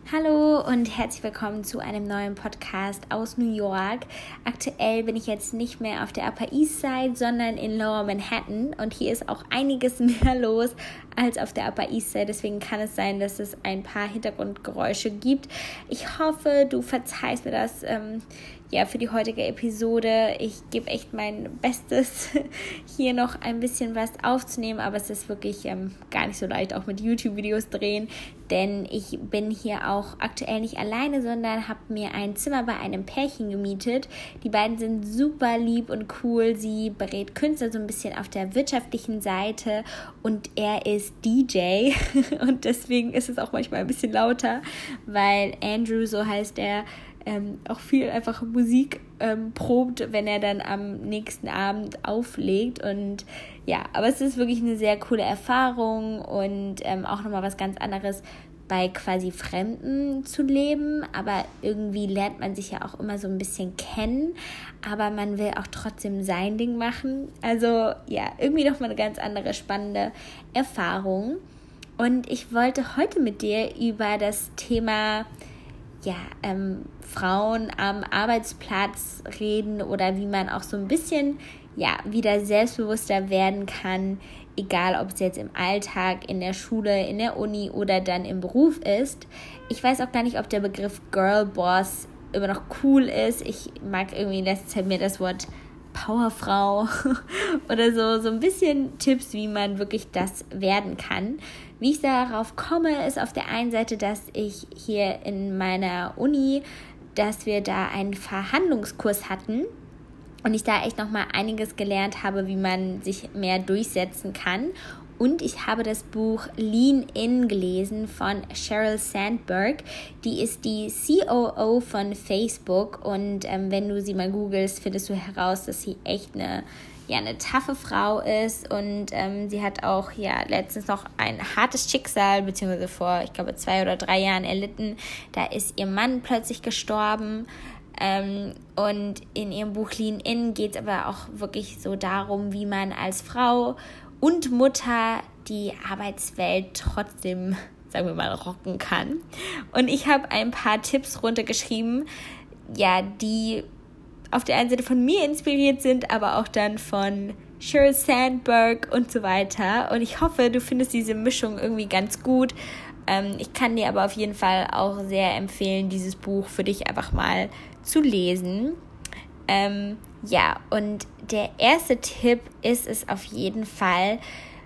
Hallo und herzlich willkommen zu einem neuen Podcast aus New York. Aktuell bin ich jetzt nicht mehr auf der Upper East Side, sondern in Lower Manhattan und hier ist auch einiges mehr los als auf der Upper East Side. Deswegen kann es sein, dass es ein paar Hintergrundgeräusche gibt. Ich hoffe, du verzeihst mir das für die heutige Episode. Ich gebe echt mein Bestes, hier noch ein bisschen was aufzunehmen, aber es ist wirklich gar nicht so leicht, auch mit YouTube-Videos drehen, denn ich bin hier auch aktuell nicht alleine, sondern habe mir ein Zimmer bei einem Pärchen gemietet. Die beiden sind super lieb und cool. Sie berät Künstler so ein bisschen auf der wirtschaftlichen Seite und er ist DJ und deswegen ist es auch manchmal ein bisschen lauter, weil Andrew, so heißt er, auch viel einfach Musik probt, wenn er dann am nächsten Abend auflegt. Und ja, aber es ist wirklich eine sehr coole Erfahrung und auch nochmal was ganz anderes, bei quasi Fremden zu leben, aber irgendwie lernt man sich ja auch immer so ein bisschen kennen, aber man will auch trotzdem sein Ding machen. Also ja, irgendwie nochmal eine ganz andere, spannende Erfahrung. Und ich wollte heute mit dir über das Thema Frauen am Arbeitsplatz reden oder wie man auch so ein bisschen wieder selbstbewusster werden kann, egal ob es jetzt im Alltag, in der Schule, in der Uni oder dann im Beruf ist. Ich weiß auch gar nicht, ob der Begriff Girlboss immer noch cool ist. Ich mag irgendwie in letzter Zeit mehr das Wort Powerfrau oder so ein bisschen Tipps, wie man wirklich das werden kann. Wie ich darauf komme, ist auf der einen Seite, dass ich hier in meiner Uni, dass wir da einen Verhandlungskurs hatten und ich da echt nochmal einiges gelernt habe, wie man sich mehr durchsetzen kann. Und ich habe das Buch Lean In gelesen von Sheryl Sandberg. Die ist die COO von Facebook und wenn du sie mal googelst, findest du heraus, dass sie echt eine taffe Frau ist und sie hat auch letztens noch ein hartes Schicksal, beziehungsweise vor, ich glaube, 2 oder 3 Jahren erlitten. Da ist ihr Mann plötzlich gestorben. Und in ihrem Buch Lean In geht es aber auch wirklich so darum, wie man als Frau und Mutter die Arbeitswelt trotzdem, sagen wir mal, rocken kann. Und ich habe ein paar Tipps runtergeschrieben, die auf der einen Seite von mir inspiriert sind, aber auch dann von Sheryl Sandberg und so weiter. Und ich hoffe, du findest diese Mischung irgendwie ganz gut. Ich kann dir aber auf jeden Fall auch sehr empfehlen, dieses Buch für dich einfach mal zu lesen. Und der erste Tipp ist es auf jeden Fall,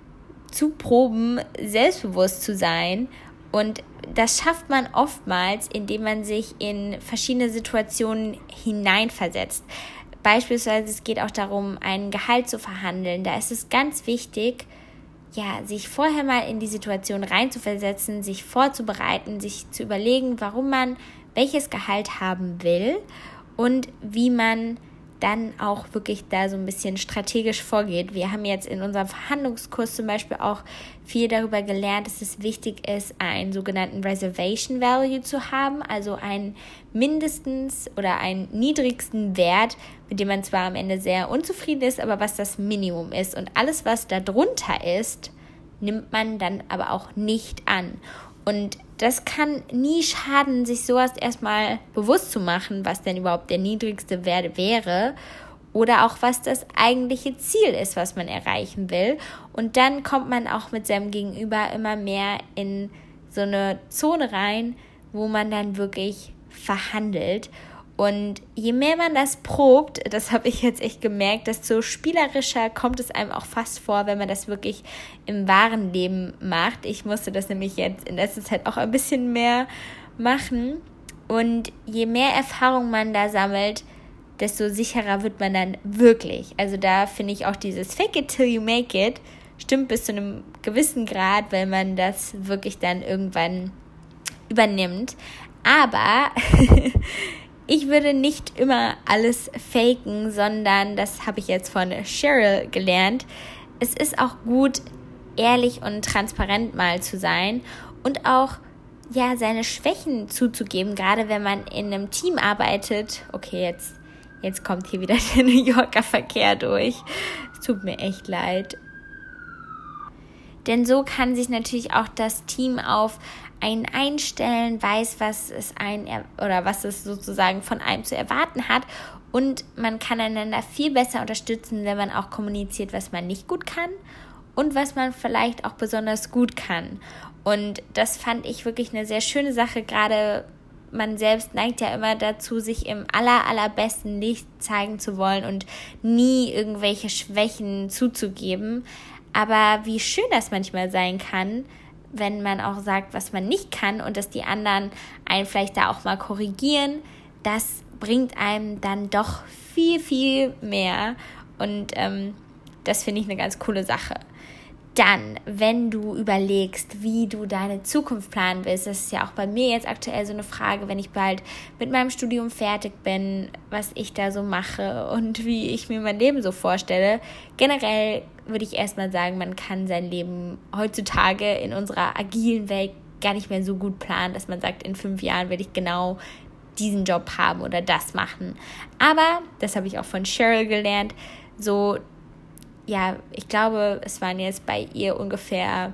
zu proben, selbstbewusst zu sein. Und das schafft man oftmals, indem man sich in verschiedene Situationen hineinversetzt. Beispielsweise, es geht auch darum, ein Gehalt zu verhandeln. Da ist es ganz wichtig, sich vorher mal in die Situation reinzuversetzen, sich vorzubereiten, sich zu überlegen, warum man welches Gehalt haben will und wie man dann auch wirklich da so ein bisschen strategisch vorgeht. Wir haben jetzt in unserem Verhandlungskurs zum Beispiel auch viel darüber gelernt, dass es wichtig ist, einen sogenannten Reservation Value zu haben, also einen mindestens oder einen niedrigsten Wert, mit dem man zwar am Ende sehr unzufrieden ist, aber was das Minimum ist. Und alles, was da drunter ist, nimmt man dann aber auch nicht an. Und das kann nie schaden, sich sowas erstmal bewusst zu machen, was denn überhaupt der niedrigste Wert wäre oder auch was das eigentliche Ziel ist, was man erreichen will. Und dann kommt man auch mit seinem Gegenüber immer mehr in so eine Zone rein, wo man dann wirklich verhandelt. Und je mehr man das probt, das habe ich jetzt echt gemerkt, desto spielerischer kommt es einem auch fast vor, wenn man das wirklich im wahren Leben macht. Ich musste das nämlich jetzt in letzter Zeit auch ein bisschen mehr machen. Und je mehr Erfahrung man da sammelt, desto sicherer wird man dann wirklich. Also da finde ich auch dieses Fake it till you make it stimmt bis zu einem gewissen Grad, weil man das wirklich dann irgendwann übernimmt. Aber ich würde nicht immer alles faken, sondern, das habe ich jetzt von Sheryl gelernt, es ist auch gut, ehrlich und transparent mal zu sein und auch seine Schwächen zuzugeben, gerade wenn man in einem Team arbeitet. Okay, jetzt kommt hier wieder der New Yorker Verkehr durch. Es tut mir echt leid. Denn so kann sich natürlich auch das Team auf einen einstellen, weiß, was es sozusagen von einem zu erwarten hat. Und man kann einander viel besser unterstützen, wenn man auch kommuniziert, was man nicht gut kann und was man vielleicht auch besonders gut kann. Und das fand ich wirklich eine sehr schöne Sache. Gerade man selbst neigt ja immer dazu, sich im allerbesten Licht zeigen zu wollen und nie irgendwelche Schwächen zuzugeben. Aber wie schön das manchmal sein kann, wenn man auch sagt, was man nicht kann und dass die anderen einen vielleicht da auch mal korrigieren, das bringt einem dann doch viel, viel mehr. Und das finde ich eine ganz coole Sache. Dann, wenn du überlegst, wie du deine Zukunft planen willst, das ist ja auch bei mir jetzt aktuell so eine Frage, wenn ich bald mit meinem Studium fertig bin, was ich da so mache und wie ich mir mein Leben so vorstelle. Generell würde ich erstmal sagen, man kann sein Leben heutzutage in unserer agilen Welt gar nicht mehr so gut planen, dass man sagt, in 5 Jahren will ich genau diesen Job haben oder das machen. Aber, das habe ich auch von Cheryl gelernt, so, ja, ich glaube, es waren jetzt bei ihr ungefähr,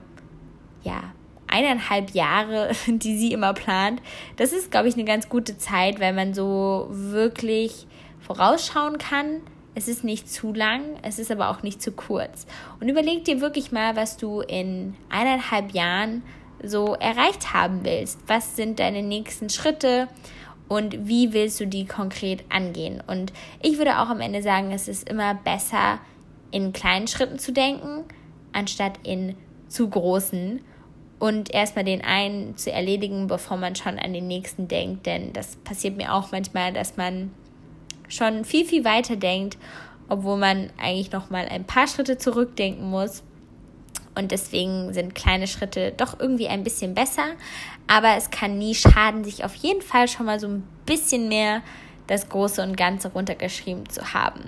1,5 Jahre, die sie immer plant. Das ist, glaube ich, eine ganz gute Zeit, weil man so wirklich vorausschauen kann. Es ist nicht zu lang, es ist aber auch nicht zu kurz. Und überleg dir wirklich mal, was du in 1,5 Jahren so erreicht haben willst. Was sind deine nächsten Schritte und wie willst du die konkret angehen? Und ich würde auch am Ende sagen, es ist immer besser, in kleinen Schritten zu denken, anstatt in zu großen und erstmal den einen zu erledigen, bevor man schon an den nächsten denkt, denn das passiert mir auch manchmal, dass man schon viel, viel weiter denkt, obwohl man eigentlich noch mal ein paar Schritte zurückdenken muss und deswegen sind kleine Schritte doch irgendwie ein bisschen besser, aber es kann nie schaden, sich auf jeden Fall schon mal so ein bisschen mehr das Große und Ganze runtergeschrieben zu haben.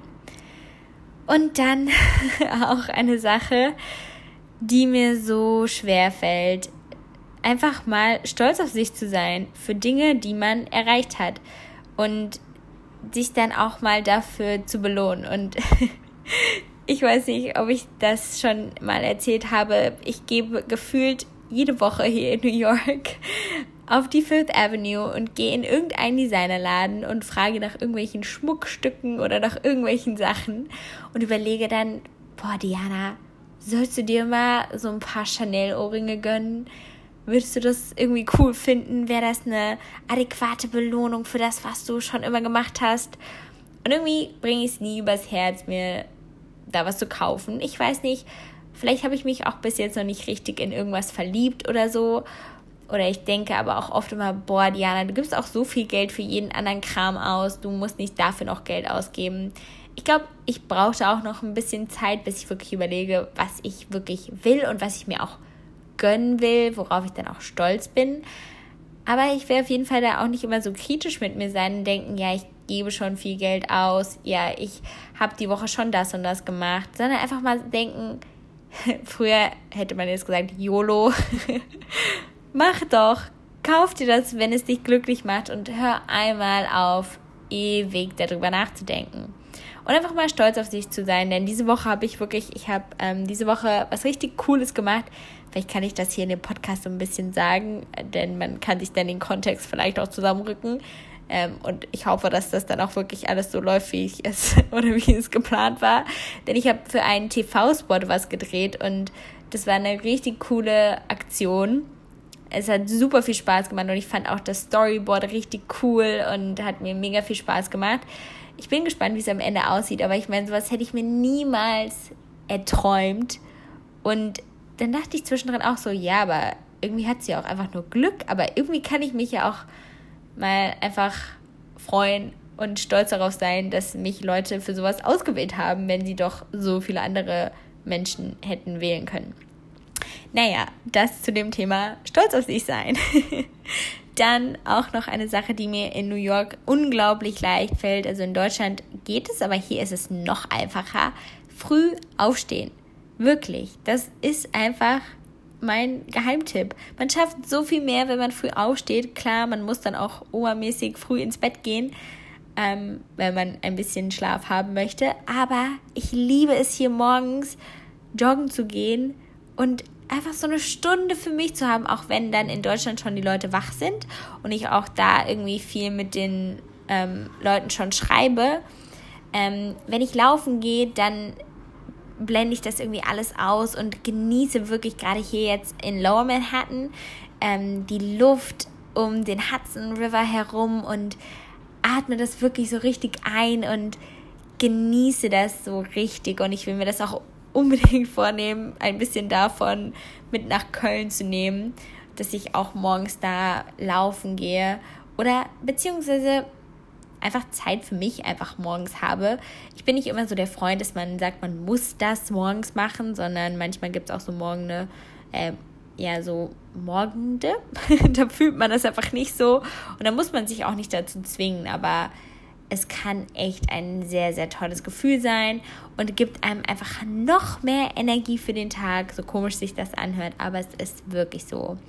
Und dann auch eine Sache, die mir so schwer fällt, einfach mal stolz auf sich zu sein für Dinge, die man erreicht hat und sich dann auch mal dafür zu belohnen. Und ich weiß nicht, ob ich das schon mal erzählt habe, ich gebe gefühlt jede Woche hier in New York auf die Fifth Avenue und gehe in irgendeinen Designerladen und frage nach irgendwelchen Schmuckstücken oder nach irgendwelchen Sachen und überlege dann, Diana, sollst du dir mal so ein paar Chanel-Ohrringe gönnen? Würdest du das irgendwie cool finden? Wäre das eine adäquate Belohnung für das, was du schon immer gemacht hast? Und irgendwie bringe ich es nie übers Herz, mir da was zu kaufen. Ich weiß nicht, vielleicht habe ich mich auch bis jetzt noch nicht richtig in irgendwas verliebt oder so. Oder ich denke aber auch oft immer, Diana, du gibst auch so viel Geld für jeden anderen Kram aus, du musst nicht dafür noch Geld ausgeben. Ich glaube, ich brauchte auch noch ein bisschen Zeit, bis ich wirklich überlege, was ich wirklich will und was ich mir auch gönnen will, worauf ich dann auch stolz bin. Aber ich will auf jeden Fall da auch nicht immer so kritisch mit mir sein und denken, ja, ich gebe schon viel Geld aus, ja, ich habe die Woche schon das und das gemacht, sondern einfach mal denken, früher hätte man jetzt gesagt, YOLO, mach doch, kauf dir das, wenn es dich glücklich macht und hör einmal auf, ewig darüber nachzudenken. Und einfach mal stolz auf sich zu sein, denn diese Woche habe ich diese Woche was richtig Cooles gemacht. Vielleicht kann ich das hier in dem Podcast so ein bisschen sagen, denn man kann sich dann den Kontext vielleicht auch zusammenrücken. Und ich hoffe, dass das dann auch wirklich alles so läuft, wie es geplant war. Denn ich habe für einen TV-Spot was gedreht und das war eine richtig coole Aktion. Es hat super viel Spaß gemacht und ich fand auch das Storyboard richtig cool und hat mir mega viel Spaß gemacht. Ich bin gespannt, wie es am Ende aussieht, aber ich meine, sowas hätte ich mir niemals erträumt. Und dann dachte ich zwischendrin auch so, ja, aber irgendwie hat sie auch einfach nur Glück, aber irgendwie kann ich mich ja auch mal einfach freuen und stolz darauf sein, dass mich Leute für sowas ausgewählt haben, wenn sie doch so viele andere Menschen hätten wählen können. Naja, das zu dem Thema stolz auf sich sein. Dann auch noch eine Sache, die mir in New York unglaublich leicht fällt. Also in Deutschland geht es, aber hier ist es noch einfacher. Früh aufstehen. Wirklich. Das ist einfach mein Geheimtipp. Man schafft so viel mehr, wenn man früh aufsteht. Klar, man muss dann auch obermäßig früh ins Bett gehen, wenn man ein bisschen Schlaf haben möchte. Aber ich liebe es hier morgens, joggen zu gehen und einfach so eine Stunde für mich zu haben, auch wenn dann in Deutschland schon die Leute wach sind und ich auch da irgendwie viel mit den Leuten schon schreibe. Wenn ich laufen gehe, dann blende ich das irgendwie alles aus und genieße wirklich gerade hier jetzt in Lower Manhattan die Luft um den Hudson River herum und atme das wirklich so richtig ein und genieße das so richtig. Und ich will mir das auch unbedingt vornehmen, ein bisschen davon mit nach Köln zu nehmen, dass ich auch morgens da laufen gehe oder beziehungsweise einfach Zeit für mich einfach morgens habe. Ich bin nicht immer so der Freund, dass man sagt, man muss das morgens machen, sondern manchmal gibt es auch so Morgende, so Morgende, da fühlt man das einfach nicht so und da muss man sich auch nicht dazu zwingen, aber es kann echt ein sehr, sehr tolles Gefühl sein und gibt einem einfach noch mehr Energie für den Tag, so komisch sich das anhört, aber es ist wirklich so.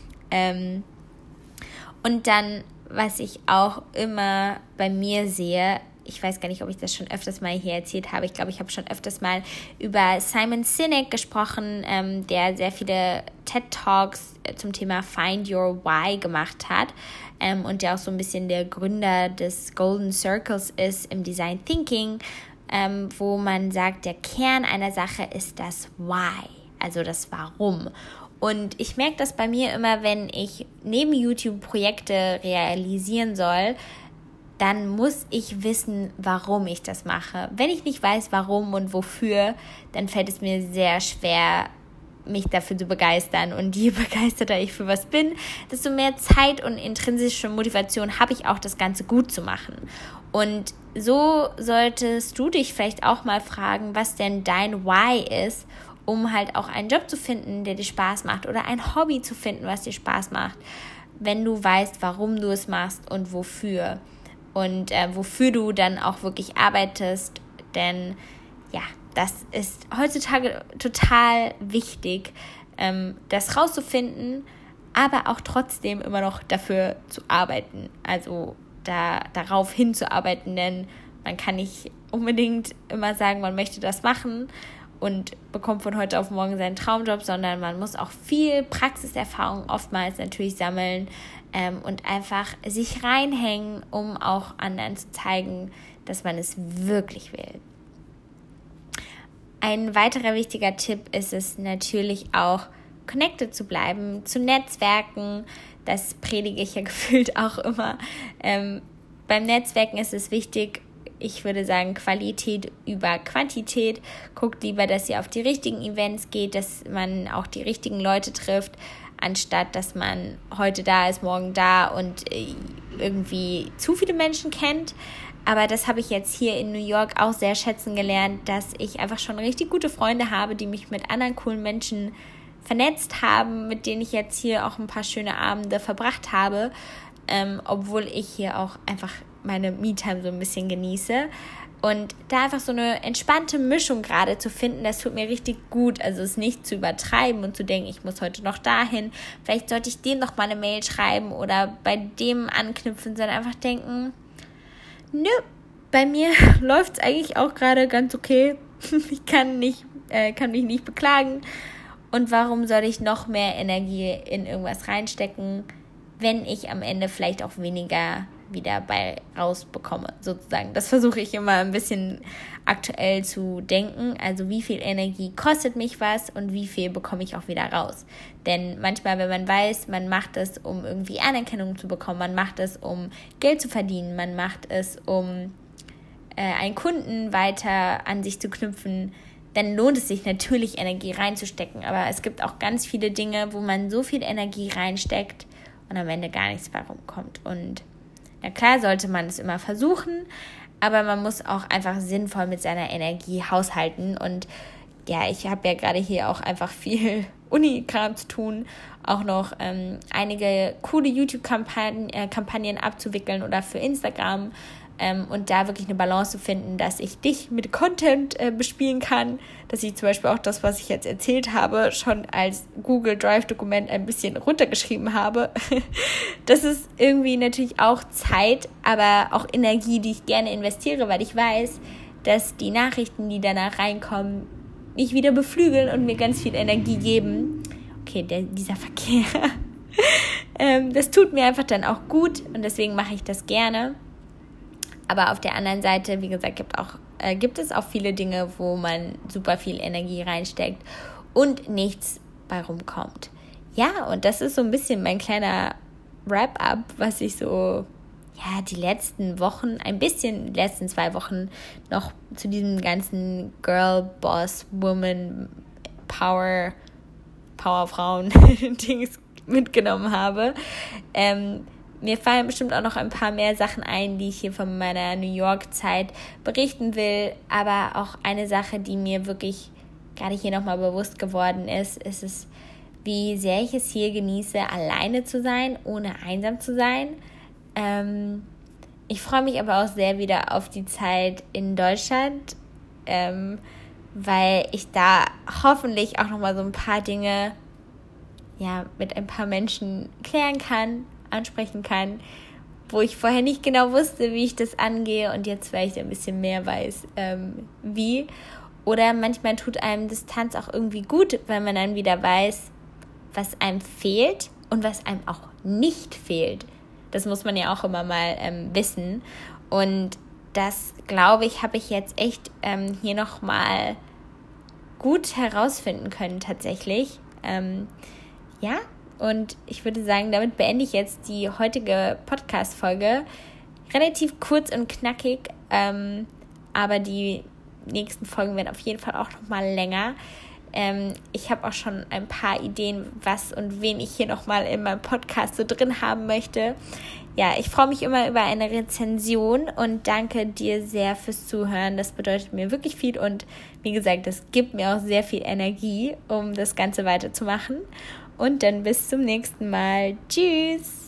Und dann, was ich auch immer bei mir sehe, ich weiß gar nicht, ob ich das schon öfters mal hier erzählt habe. Ich glaube, ich habe schon öfters mal über Simon Sinek gesprochen, der sehr viele TED-Talks zum Thema Find Your Why gemacht hat und der auch so ein bisschen der Gründer des Golden Circles ist im Design Thinking, wo man sagt, der Kern einer Sache ist das Why, also das Warum. Und ich merke das bei mir immer, wenn ich neben YouTube Projekte realisieren soll, dann muss ich wissen, warum ich das mache. Wenn ich nicht weiß, warum und wofür, dann fällt es mir sehr schwer, mich dafür zu begeistern. Und je begeisterter ich für was bin, desto mehr Zeit und intrinsische Motivation habe ich auch, das Ganze gut zu machen. Und so solltest du dich vielleicht auch mal fragen, was denn dein Why ist, um halt auch einen Job zu finden, der dir Spaß macht oder ein Hobby zu finden, was dir Spaß macht, wenn du weißt, warum du es machst und wofür. Und wofür du dann auch wirklich arbeitest, denn ja, das ist heutzutage total wichtig, das rauszufinden, aber auch trotzdem immer noch dafür zu arbeiten, also darauf hinzuarbeiten, denn man kann nicht unbedingt immer sagen, man möchte das machen und bekommt von heute auf morgen seinen Traumjob, sondern man muss auch viel Praxiserfahrung oftmals natürlich sammeln und einfach sich reinhängen, um auch anderen zu zeigen, dass man es wirklich will. Ein weiterer wichtiger Tipp ist es natürlich auch, connected zu bleiben, zu netzwerken. Das predige ich ja gefühlt auch immer. Beim Netzwerken ist es wichtig, ich würde sagen, Qualität über Quantität. Guckt lieber, dass ihr auf die richtigen Events geht, dass man auch die richtigen Leute trifft, anstatt dass man heute da ist, morgen da und irgendwie zu viele Menschen kennt. Aber das habe ich jetzt hier in New York auch sehr schätzen gelernt, dass ich einfach schon richtig gute Freunde habe, die mich mit anderen coolen Menschen vernetzt haben, mit denen ich jetzt hier auch ein paar schöne Abende verbracht habe, obwohl ich hier auch einfach meine Me-Time so ein bisschen genieße. Und da einfach so eine entspannte Mischung gerade zu finden, das tut mir richtig gut. Also es nicht zu übertreiben und zu denken, ich muss heute noch dahin. Vielleicht sollte ich dem noch mal eine Mail schreiben oder bei dem anknüpfen, sondern einfach denken, nö, bei mir läuft es eigentlich auch gerade ganz okay. Ich kann mich nicht beklagen. Und warum soll ich noch mehr Energie in irgendwas reinstecken, wenn ich am Ende vielleicht auch weniger wieder bei rausbekomme, sozusagen. Das versuche ich immer ein bisschen aktuell zu denken. Also wie viel Energie kostet mich was und wie viel bekomme ich auch wieder raus. Denn manchmal, wenn man weiß, man macht es, um irgendwie Anerkennung zu bekommen, man macht es, um Geld zu verdienen, man macht es, um einen Kunden weiter an sich zu knüpfen, dann lohnt es sich natürlich, Energie reinzustecken. Aber es gibt auch ganz viele Dinge, wo man so viel Energie reinsteckt und am Ende gar nichts bei rumkommt. Und na klar sollte man es immer versuchen, aber man muss auch einfach sinnvoll mit seiner Energie haushalten. Und ja, ich habe ja gerade hier auch einfach viel Uni-Kram zu tun, auch noch einige coole YouTube-Kampagnen abzuwickeln oder für Instagram und da wirklich eine Balance zu finden, dass ich dich mit Content bespielen kann, dass ich zum Beispiel auch das, was ich jetzt erzählt habe, schon als Google Drive-Dokument ein bisschen runtergeschrieben habe. Das ist irgendwie natürlich auch Zeit, aber auch Energie, die ich gerne investiere, weil ich weiß, dass die Nachrichten, die danach reinkommen, mich wieder beflügeln und mir ganz viel Energie geben, okay, dieser Verkehr, das tut mir einfach dann auch gut und deswegen mache ich das gerne. Aber auf der anderen Seite, wie gesagt, gibt es auch viele Dinge, wo man super viel Energie reinsteckt und nichts bei rumkommt. Ja, und das ist so ein bisschen mein kleiner Wrap-up, was ich so, ja, die letzten 2 Wochen noch zu diesem ganzen Girl, Boss, Woman, Powerfrauen-Dings mitgenommen habe. Mir fallen bestimmt auch noch ein paar mehr Sachen ein, die ich hier von meiner New York-Zeit berichten will. Aber auch eine Sache, die mir wirklich gerade hier nochmal bewusst geworden ist es, wie sehr ich es hier genieße, alleine zu sein, ohne einsam zu sein. Ich freue mich aber auch sehr wieder auf die Zeit in Deutschland, weil ich da hoffentlich auch nochmal so ein paar Dinge mit ein paar Menschen klären kann, ansprechen kann, wo ich vorher nicht genau wusste, wie ich das angehe und jetzt vielleicht ein bisschen mehr weiß, wie. Oder manchmal tut einem Distanz auch irgendwie gut, weil man dann wieder weiß, was einem fehlt und was einem auch nicht fehlt. Das muss man ja auch immer mal wissen. Und das, glaube ich, habe ich jetzt echt hier nochmal gut herausfinden können tatsächlich. Und ich würde sagen, damit beende ich jetzt die heutige Podcast-Folge. Relativ kurz und knackig, aber die nächsten Folgen werden auf jeden Fall auch nochmal länger. Ich habe auch schon ein paar Ideen, was und wen ich hier nochmal in meinem Podcast so drin haben möchte. Ja, ich freue mich immer über eine Rezension und danke dir sehr fürs Zuhören. Das bedeutet mir wirklich viel und wie gesagt, das gibt mir auch sehr viel Energie, um das Ganze weiterzumachen. Und dann bis zum nächsten Mal. Tschüss!